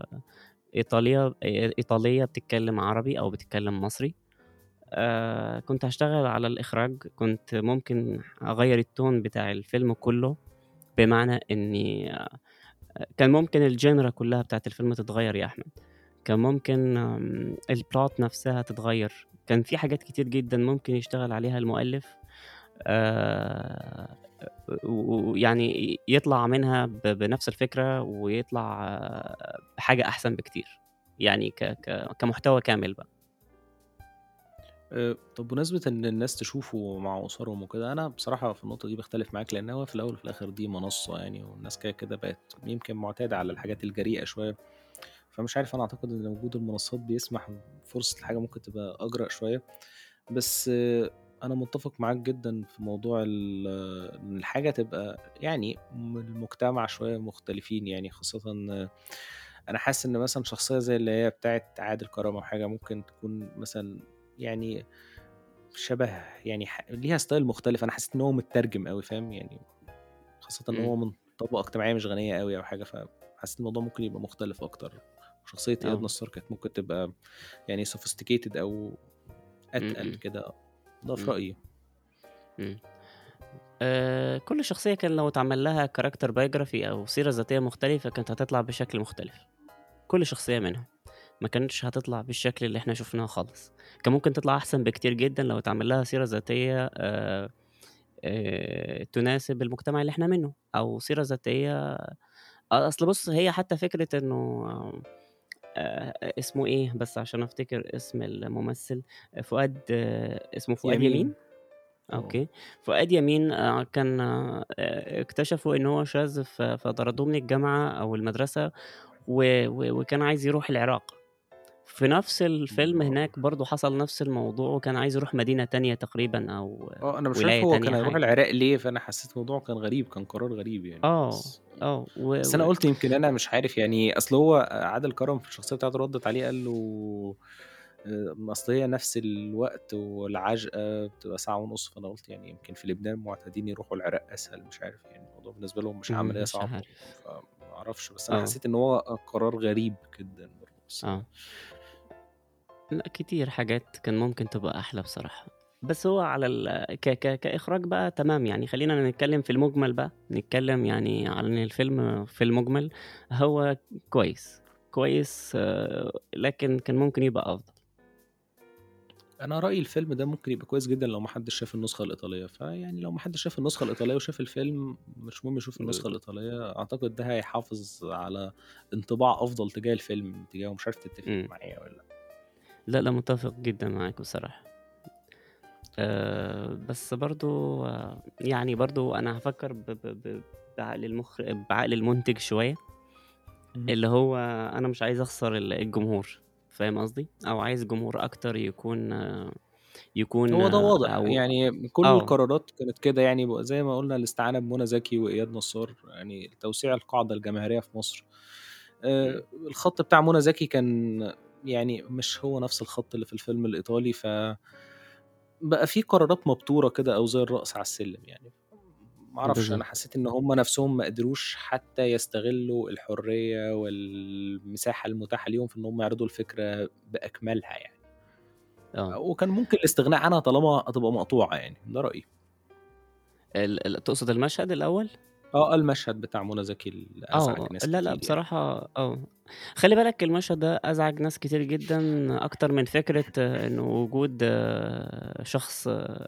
إيطالية بتتكلّم عربي أو بتتكلّم مصري. كنت هاشتغل على الإخراج، كنت ممكن أغيّر الtone بتاع الفيلم كلّه، بمعنى إني كان ممكن الgenre كلّها بتاعة الفيلم تتغيّر يا أحمد، كان ممكن الplot نفسها تتغيّر، كان في حاجات كتير جدًا ممكن يشتغل عليها المؤلف آآ ويعني يطلع منها بنفس الفكرة ويطلع بحاجة أحسن بكتير، يعني كمحتوى كامل بقى. طب بمناسبة إن الناس تشوفه مع أسرهم وكده، أنا بصراحة في النقطة دي باختلف معاك، لأن هو في الأول وفي الآخر دي منصة يعني، والناس كده بقت يمكن معتادة على الحاجات الجريئة شوية، فمش عارف، أنا أعتقد إن وجود المنصات بيسمح بفرصة الحاجة ممكن تبقى أجرأ شوية، بس أنا متّفق معاك جدًا في موضوع إن الحاجة تبقى يعني المجتمع شوية مختلفين يعني، خاصةً أنا حاسس إن مثلًا شخصية زي اللي هي بتاعة عادل كرم أو حاجة ممكن تكون مثلًا يعني شبه يعني ليها style مختلف، أنا حسيت إن هو متّرجم أوي فاهم، يعني خاصةً إن إمم. هو من طبقة اجتماعية مش غنية أوي أو حاجة، فحسيت الموضوع ممكن يبقى مختلف أكتر، وشخصية إياد آه. نصار كانت ممكن تبقى يعني sophisticated أو إمم. أتقل إمم. كده، ده في إمم. رأيي. إمم. كل شخصية كان لو اتعمل لها character biography أو سيرة ذاتية مختلفة كانت هتطلع بشكل مختلف، كل شخصية منهم، ما كانتش هتطلع بالشكل اللي إحنا شُفناه خالص، كان ممكن تطلع أحسن بكتير جدًا لو اتعمل لها سيرة ذاتية تناسب المجتمع اللي إحنا منه، أو سيرة ذاتية أصل بُص هي حتى فكرة إنه اسمه إيه بس عشان أفتكر اسم الممثل، فؤاد اسمه فؤاد يمين. يمين؟ آه. أوكي. فؤاد يمين كان اكتشفوا إن هو شاذ فطردوه من الجامعة أو المدرسة وكان عايز يروح العراق. في نفس الفيلم آه. هناك برضه حصل نفس الموضوع وكان عايز يروح مدينة تانية تقريبًا أو أنا مش ولاية عارف هو تانية كان هيروح حاجة كده. العراق ليه، فأنا حسيت الموضوع كان غريب، كان قرار غريب يعني، آه، بس آه. بس أنا قُلت يمكن أنا مش عارف يعني، أصل هو عادل كرم في الشخصية بتاعته ردّت عليه قال له ما أصل هي نفس الوقت والعَجْقة بتبقى ساعة ونُص، فأنا قُلت يعني يمكن في لبنان معتادين يروحوا العراق أسهل، مش عارف يعني الموضوع بالنسبة لهم مش عملية مش صعبة، عارف. فما أعرفش، بس أنا آه، حسيت إن هو قرار غريب جدًا برضه، بس آه. لأ كتير حاجات كان ممكن تبقى أحلى بصراحة. بس هو على ك ك كإخراج بقى تمام، يعني خلّينا نتكلّم في المُجمل بقى، نتكلّم يعني عن الفيلم في المُجمل هو كويس، كويس لكن كان ممكن يبقى أفضل. أنا رأيي الفيلم ده ممكن يبقى كويس جدًا لو ما حدش شاف النسخة الإيطالية، فيعني لو ما حدش شاف النسخة الإيطالية وشاف الفيلم مش مهم يشوف النسخة الإيطالية، أعتقد ده هيحافظ على انطباع أفضل تجاه الفيلم تجاهه، مش عارف تتفق إمم. معايا والّا لأ؟ لأ، لأ متّفق جدًا معاك بصراحة. بس برضه يعني برضه أنا هافكّر ب ب ب بعقل المُنتج شوية، اهم. اللي هو أنا مش عايز أخسر الجمهور، فاهم قصدي؟ أو عايز جمهور أكتر يكون يكون هو ده واضح، أو يعني كل آه، القرارات كانت كده يعني زي ما قُلنا الاستعانة بمنى زكي وإياد نصار، يعني توسيع القاعدة الجماهيرية في مصر. إمم، الخط بتاع منى زكي كان يعني مش هو نفس الخط اللي في الفيلم الإيطالي، بقى في قرارات مبتورة كده أو زي الرقص على السلم يعني. ما أعرفش، أنا بالضبط، حسيت إن هُم نفسهم ما قدروش حتى يستغلّوا الحرية والمساحة المتاحة ليهم في إن هُم يعرضوا الفكرة بأكملها يعني. آه. وكان ممكن الاستغناء عنها طالما هتبقى مقطوعة يعني، ده رأيي. تقصد المشهد الأول؟ المشهد بتاع منى زكي اللي أزعج ناس لا، لأ كتير يعني. بصراحة خلّي بالك المشهد ده أزعج ناس كتير جدًا أكتر من فكرة إنه وجود شخص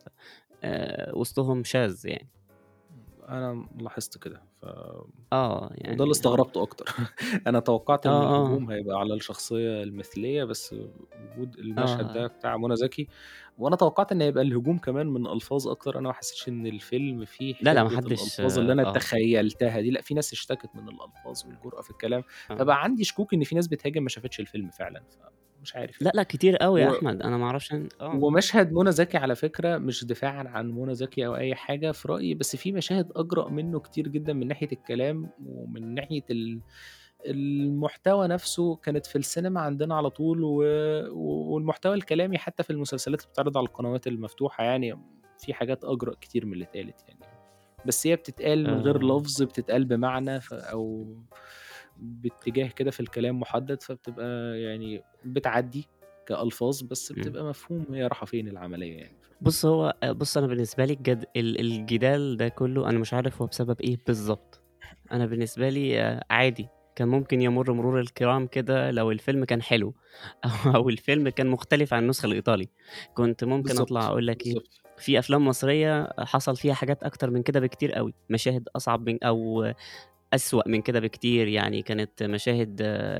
وسطهم شاذ يعني. أنا لاحظت كده، وده اللي يعني استغربته أكتر. أنا توقعت إن آه، الهجوم هيبقى على الشخصية المثلية، بس وجود المشهد آه، ده بتاع منى زكي، وأنا توقعت إن هيبقى الهجوم كمان من ألفاظ أكتر. أنا ما حسيتش إن الفيلم فيه لا، لا ما حدة حدش الألفاظ اللي أنا تخيلتها دي، لأ في ناس اشتكت من الألفاظ والجرأة في الكلام، آه. فبقى عندي شكوك إن في ناس بتهاجم ما شافتش الفيلم فعلًا، فمش عارف. لأ، لأ كتير أوي يا و أحمد، أنا ما أعرفش ومشهد منى زكي على فكرة مش دفاعًا عن منى زكي أو أي حاجة في رأيي، بس في مشاهد أجرأ منّه كتير جدًا من ناحية الكلام ومن ناحية المحتوى نفسه كانت في السينما عندنا على طول والمحتوى الكلامي حتى في المسلسلات اللي بتتعرض على القنوات المفتوحة يعني، في حاجات أجرأ كتير من اللي اتقالت يعني، بس هي بتتقال من غير آآ لفظ، بتتقال بمعنى أو باتجاه كده في الكلام محدد، فبتبقى يعني بتعدّي كألفاظ، بس إمم. بتبقى مفهوم هي رايحة فين العملية يعني. بُص أنا بالنسبة لي الجدال ده كلّه أنا مش عارف هو بسبب إيه بالضبط. أنا بالنسبة لي عادي، كان ممكن يمُر مرور الكرام كده لو الفيلم كان حلو أو الفيلم كان مختلف عن النسخة الإيطالي، كنت ممكن أطلع بالضبط، أقول لك إيه، بالضبط. في أفلام مصرية حصل فيها حاجات أكتر من كده بكتير أوي، مشاهد أصعب من أو أسوأ من كده بكتير، يعني كانت مشاهد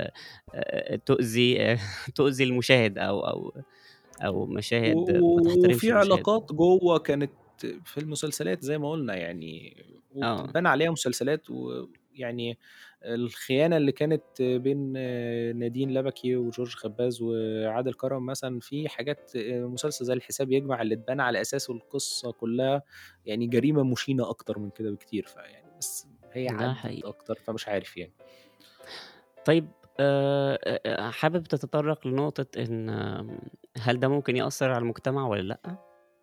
تؤذي تؤذي المشاهد أو مشاهد ما تحترمش وفي المشاهد. علاقات جوّه كانت في المسلسلات زي ما قُلنا يعني، آه، وبتتبنى عليها مسلسلات ويعني الخيانة اللي كانت بين نادين لبكي وجورج خباز وعادل كرم مثلًا، في حاجات مسلسل زي الحساب يجمع اللي اتبنى على أساسه القصة كلّها يعني جريمة مشينة أكتر من كده بكتير، فيعني بس هي ده عدِّت حقيقي. أكتر، فمش عارف يعني. طيب حابب تتطرق لنقطة إن هل ده ممكن يأثّر على المجتمع والّا لأ؟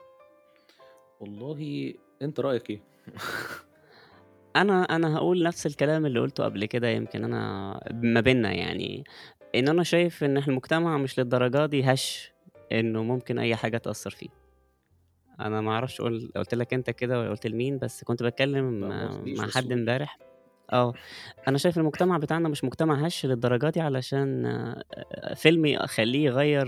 والله أنت رأيك إيه؟ أنا هاقول نفس الكلام اللي قُلته قبل كده يمكن أنا ما بيننا يعني، إن أنا شايف إن المجتمع مش للدرجة دي هَش إنه ممكن أي حاجة تأثّر فيه. أنا ما أعرفش قُلت لك أنت كده والّا قُلت لمين، بس كنت باتكلّم لأ ما قُلتليش مع بس حد قُل. امبارح أنا شايف المجتمع بتاعنا مش مجتمع هَش للدرجة دي علشان فيلم يخلّيه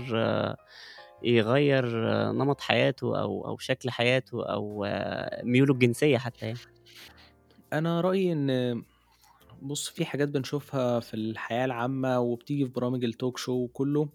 يغيّر نمط حياته أو شكل حياته أو ميوله الجنسية حتى يعني. أنا رأيي إن بُص، في حاجات بنشوفها في الحياة العامة وبتيجي في برامج الtalk show وكُلّه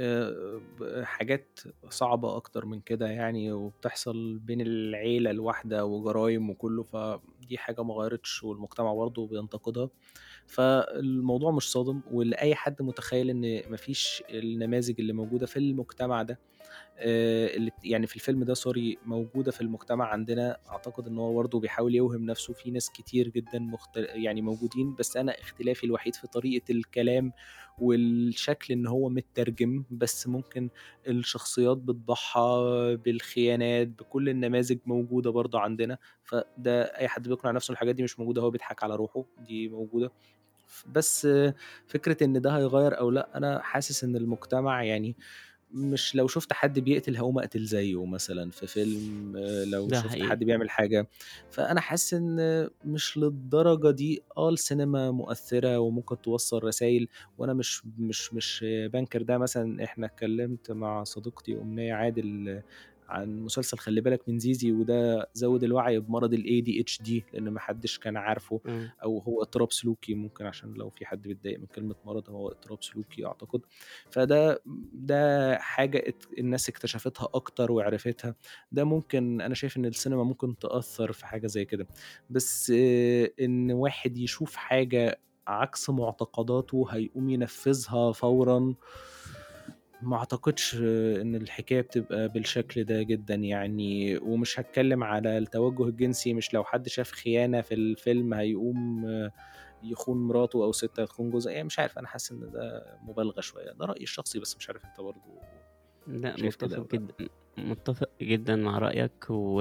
حاجات صعبة أكتر من كده يعني وبتحصل بين العيلة الواحدة وجرايم وكُلّه، فدي حاجة ما غيّرتش والمجتمع برضه بينتقدها. فالموضوع مش صادم ولأي حد متخيّل إن ما فيش النماذج اللي موجودة في المجتمع ده اللي يعني في الفيلم ده sorry موجودة في المجتمع عندنا، أعتقد إن هو برضه بيحاول يوهم نَفْسه، في ناس كتير جدًا يعني موجودين، بس أنا اختلافي الوحيد في طريقة الكلام والشكل إن هو متّرجم، بس ممكن الشخصيات بتضحّى بالخيانات، بكل النماذج موجودة برضه عندنا، فده أي حد بيقنع نَفْسه إن الحاجات دي مش موجودة هو بيضحك على روحه، دي موجودة. بس فكرة إن ده هيغيّر أو لأ، أنا حاسس إن المجتمع يعني مش لو شُفت حد بيقتل هاقوم أقتل زيّه مثلًا في فيلم، لو ده شُفت حقيقي. حد بيعمل حاجة، فأنا حاسس إن مش للدرجة دي. السينما مؤثّرة وممكن توصّل رسايل وأنا مش بانكر ده. مثلًا إحنا اتكلّمت مع صديقتي أمنية عادل عن مسلسل خلّي بالك من زيزي، وده زوّد الوعي بمرض الADHD لإن ما حدّش كان عارفه، إمم. أو هو اضطراب سلوكي ممكن عشان لو في حد بيتضايق من كلمة مرض هو اضطراب سلوكي أعتقد. فده حاجة الناس اكتشفتها أكتر وعرفتها. ده ممكن أنا شايف إن السينما ممكن تأثّر في حاجة زي كده، بس إن واحد يشوف حاجة عكس معتقداته هيقوم ينفّذها فورًا، ما أعتقدش إن الحكاية بتبقى بالشكل ده جدًا يعني، ومش هاتكلّم على التوجُّه الجنسي، مش لو حد شاف خيانة في الفيلم هيقوم يخون مراته أو سِت هتخون جوزها، يعني مش عارف، أنا حاسس إن ده مبالغة شوية، ده رأيي الشخصي بس مش عارف أنت برضه لأ، شايف كده والّا لأ؟ متّفق جدًا مع رأيك، و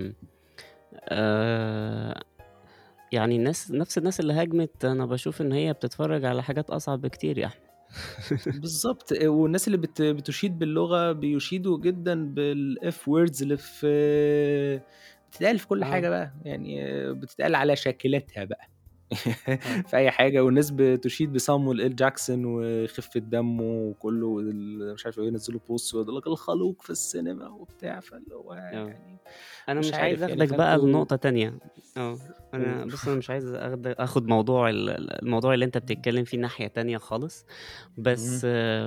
آآ يعني نفس الناس اللي هاجمت أنا باشوف إن هي بتتفرّج على حاجات أصعب بكتير يا أحمد. بالضبط، والناس اللي بتُشيد باللغة بيُشيدوا جدًا بالF words اللي بتتقال في كل آه، حاجة بقى، يعني بتتقال على شاكلتها بقى. آه، في أي حاجة، والناس بتُشيد بصامويل إل جاكسون وخفة دمه وكُلّه مش عارف ينزّلوا posts ويقول لك الخلوق في السينما وبتاع، فاللي هو آه. يعني أنا مش مش عايز عارف يعني، آخدك بقى فأنتم لنقطة تانية. قولوا. أنا مش عايز آخُد موضوع الموضوع اللي أنت بتتكلّم فيه ناحية تانية خالص، اهم، بس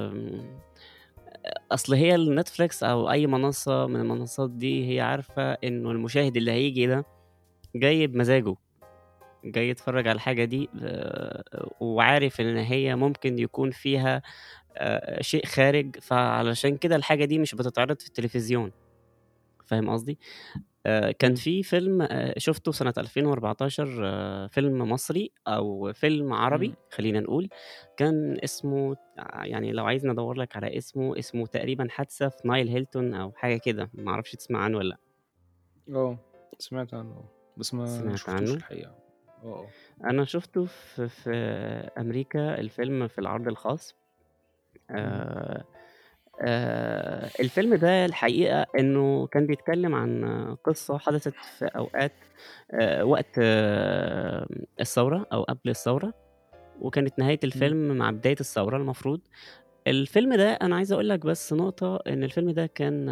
أصل هي الNetflix أو أي منصة من المنصات دي هي عارفة إنه المشاهد اللي هييجي ده جاي بمزاجه، جاي يتفرّج على الحاجة دي وعارف إن هي ممكن يكون فيها شيء خارج، فعلشان كده الحاجة دي مش بتتعرض في التلفزيون، فاهم قصدي؟ كان إمم، في فيلم شُفته سنة 2014، فيلم مصري أو فيلم إمم، عربي خلّينا نقول، كان اسمه يعني لو عايزني أدوّر لك على اسمه، اسمه تقريبًا حادثة في نايل هيلتون أو حاجة كده، ما أعرفش تسمع عنه والّا لأ؟ آه، سمعت عنه بس ما سمعت شُفتوش عنه؟ الحقيقة. آه، أنا شُفته في أمريكا الفيلم في العرض الخاص. اهم، آآ الفيلم ده الحقيقة إنه كان بيتكلّم عن قصة حدثت في أوقات وقت الثورة أو قبل الثورة، وكانت نهاية إمم، الفيلم مع بداية الثورة المفروض. الفيلم ده أنا عايز أقول لك بس نقطة، إن الفيلم ده كان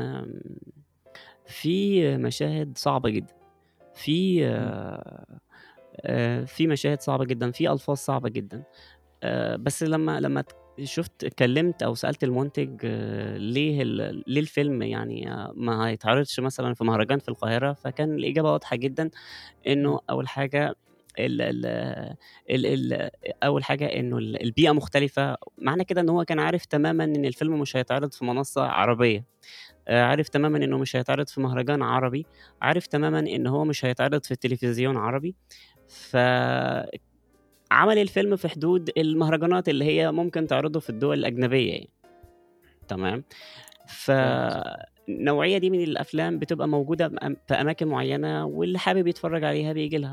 فيه مشاهد صعبة جدًا، فيه إمم، فيه مشاهد صعبة جدًا، فيه ألفاظ صعبة جدًا. بس لمّا شُفت اتكلّمت أو سألت المُنتج ليه الفيلم يعني ما هيتعرضش مثلًا في مهرجان في القاهرة، فكان الإجابة واضحة جدًا، إمم، إنه أول حاجة ال ال ال ال أول حاجة إنه البيئة مختلفة، معنى كده إن هو كان عارف تمامًا إن الفيلم مش هيتعرض في منصة عربية، عارف تمامًا إنه مش هيتعرض في مهرجان عربي، عارف تمامًا إن هو مش هيتعرض في التلفزيون عربي، فعمل الفيلم في حدود المهرجانات اللي هي ممكن تعرضه في الدول الأجنبية يعني، تمام؟ فاهم قصدك آه. فالنوعية دي من الأفلام بتبقى موجودة في أماكن معيّنة، واللي حابب يتفرّج عليها بييجي لها،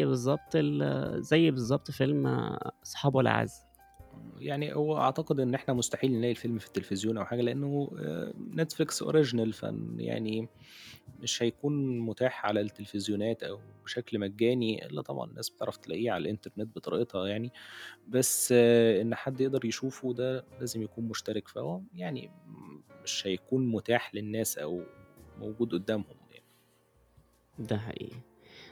زي بالضبط فيلم أصحاب والأعز. يعني هو أعتقد إن إحنا مستحيل نلاقي الفيلم في التلفزيون أو حاجة، لإنه Netflix original يعني مش هيكون متاح على التلفزيونات أو بشكل مجاني، إلا طبعًا الناس بتعرف تلاقيه على الإنترنت بطريقتها يعني، بس إن حد يقدر يشوفه ده لازم يكون مشترك، فهو يعني مش هيكون متاح للناس أو موجود قدّامهم يعني. ده حقيقي.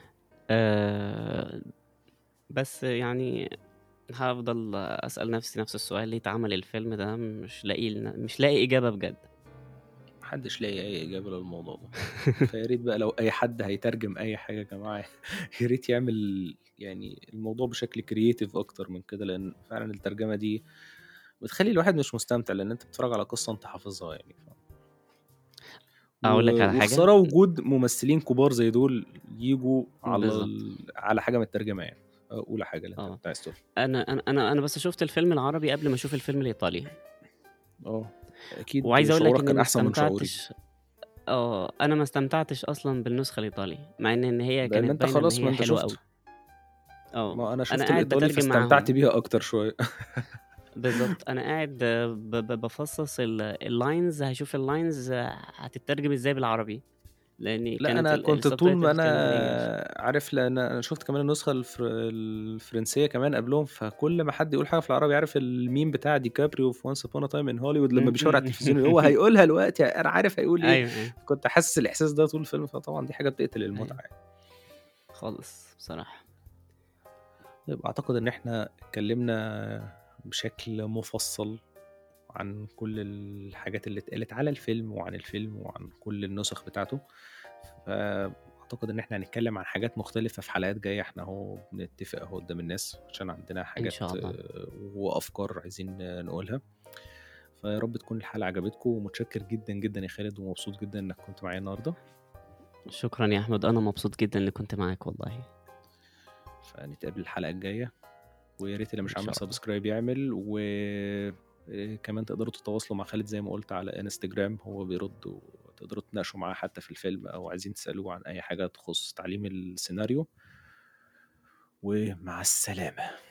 آآ بس يعني هافضل أسأل نفسي نفس السؤال، ليه اتعمل الفيلم ده؟ مش لاقي إجابة بجد. ما حدش لاقي أي إجابة للموضوع ده، فيا ريت بقى لو أي حد هيترجم أي حاجة يا جماعة يا ريت يعمل يعني الموضوع بشكل creative أكتر من كده، لإن فعلًا الترجمة دي بتخلّي الواحد مش مستمتع، لإن أنت بتتفرّج على قصة أنت حافظها يعني أقول لك على حاجة. وخسارة وجود ممثلين كبار زي دول ييجوا بالضبط. على حاجة مترجمة يعني. قُل حاجة اللي أنت آه. كنت عايز تقولها. أنا بس شُفت الفيلم العربي قبل ما أشوف الفيلم الإيطالي، آه، أكيد وعايز أقول لك شعورك إني كان ما أحسن من شعوري، استمتعتش. أنا ما استمتعتش أصلًا بالنسخة الإيطالي، مع إن هي لإن كانت أنت باينة إن خلاص ما هي أنت حلوة شُفته، أوي. آه. ما أنا أنا شُفت قاعد الإيطالي باترجم فاستمتعت معاهم. بيها أكتر شوية. بالضبط. أنا قاعد بافصّص الlines، هاشوف الlines هتترجم إزاي بالعربي، لإن لأ، كانت أنا كنت طول ما الsubtitles أنا كانت بالإنجلش. عارف لأن أنا شُفت كمان النسخة الفرنسية كمان قبلهم، فكل ما حد يقول حاجة في العربي عارف الmeme بتاع ديكابريو في Once upon a time in Hollywood لمّا إمم، بيشاور على إمم. التلفزيون هو هيقولها دلوقتي أنا عارف هيقول إيه، أيوه، أيوه. كنت حاسس الإحساس ده طول الفيلم، فطبعًا دي حاجة بتقتل المتعة أيوه. يعني. خالص بصراحة. طيب أعتقد إن إحنا اتكلمنا بشكل مفصل عن كل الحاجات اللي اتقالت على الفيلم وعن الفيلم وعن كل النسخ بتاعته، فأعتقد إن إحنا هنتكلم عن حاجات مختلفة في حلقات جاية، إحنا أهو بنتفق أهو قدّام الناس عشان عندنا إن حاجات شاء الله. وأفكار عايزين نقولها، فيا رب تكون الحلقة عجبتكم، ومتشكر جدًا، جدًا يا خالد، ومبسوط جدًا إنك كنت معايا النهارده. شكرًا يا أحمد، أنا مبسوط جدًا إني كنت معاك والله. فنتقابل الحلقة الجاية، ويا ريت اللي إن مش عامل شاء الله. subscribe يعمل، كمان تقدروا تتواصلوا مع خالد زي ما قُلت على إنستجرام، هو بيرد، وتقدروا تتناقشوا معاه حتى في الفيلم، أو عايزين تسألوه عن أي حاجة تخُص تعليم السيناريو. ومع السلامة.